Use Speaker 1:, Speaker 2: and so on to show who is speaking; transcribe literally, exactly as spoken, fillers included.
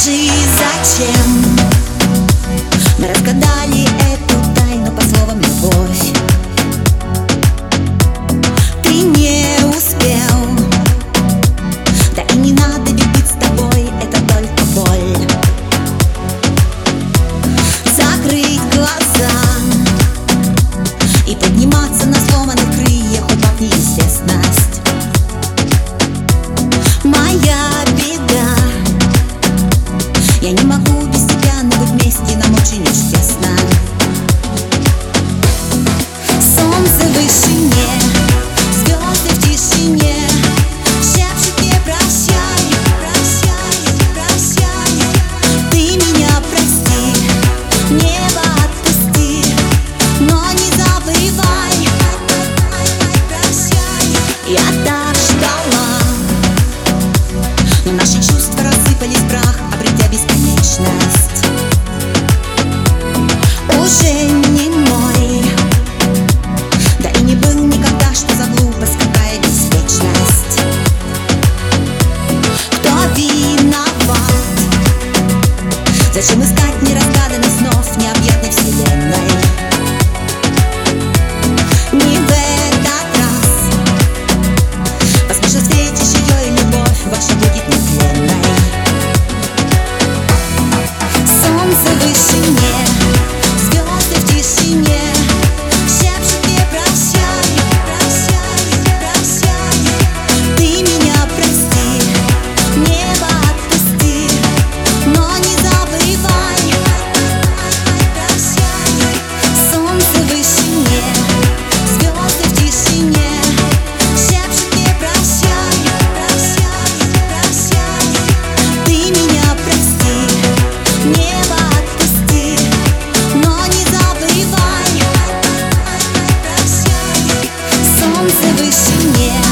Speaker 1: Скажи, зачем мы разгадали эту тайну по словам любовь? Ты не успел, да и не надо, ведь быть с тобой — это только боль. Закрыть глаза и подниматься на сломанных крыльях, упав в неизвестность. Моя беда, я не могу без тебя, но быть вместе нам очень естественно. Солнце в вышине, звезды в тишине шепчут мне прощай, прощай, прощай. Ты меня прости, небо отпусти, но не забывай, прощай. Я так ждала, но наши чувства рассыпались в прах, обретя бесконечность. Уже не мой, да и не был никогда, что за глупость, какая беспечность. Кто виноват? Зачем искать неразгаданных снов необъятной вселенной? Не в этот раз. Возможно, встретишь ее, и любовь ваша будет нетленной. Солнце в вышине, звезды в тишине шепчут мне прощай, прощай, прощай. Ты меня прости, небо отпусти, но не забывай, прощай. Солнце в вышине, звезды в тишине шепчут мне прощай, прощай, прощай. Ты меня прости, небо отпусти, но не забывай, прощай. Солнце в вышине.